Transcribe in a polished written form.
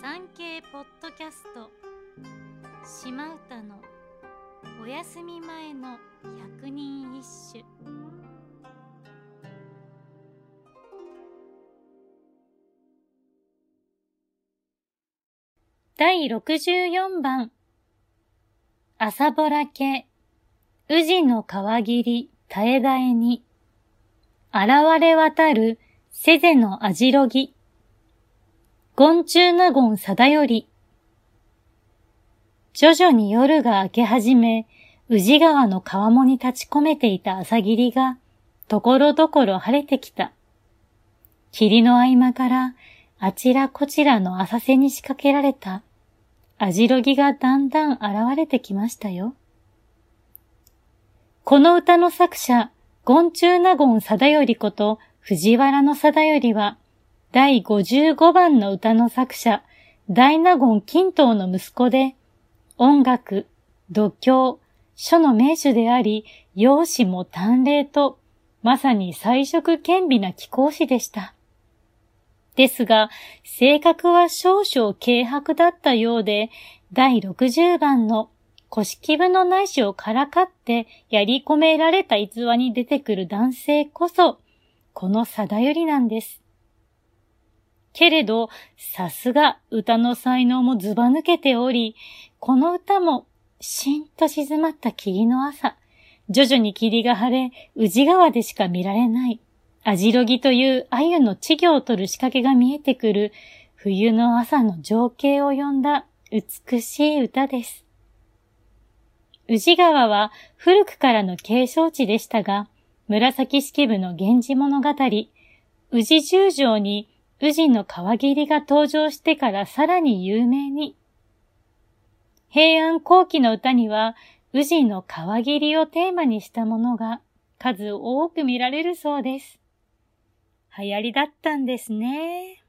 産経ポッドキャスト島唄のお休み前の百人一首。第64番。朝ぼらけ宇治の川霧絶え絶えに、現れ渡るせぜのあじろぎ。権中納言貞頼。徐々に夜が明け始め、宇治川の川面に立ち込めていた朝霧が、ところどころ晴れてきた。霧の合間から、あちらこちらの浅瀬に仕掛けられた、あじろぎがだんだん現れてきましたよ。この歌の作者、権中納言貞頼こと藤原貞頼は、第55番の歌の作者、大納言金東の息子で、音楽、度胸、書の名手であり、容姿も端麗と、まさに才色兼備な貴公子でした。ですが、性格は少々軽薄だったようで、第60番の古式部の内視をからかってやり込められた逸話に出てくる男性こそ、この貞頼なんです。けれど、さすが歌の才能もずば抜けており、この歌もしんと静まった霧の朝、徐々に霧が晴れ、宇治川でしか見られない、あじろぎという鮎の稚魚を取る仕掛けが見えてくる、冬の朝の情景を詠んだ美しい歌です。宇治川は古くからの景勝地でしたが、紫式部の源氏物語、宇治十条に宇治の川霧が登場してからさらに有名に。平安後期の歌には、宇治の川霧をテーマにしたものが数多く見られるそうです。流行りだったんですね。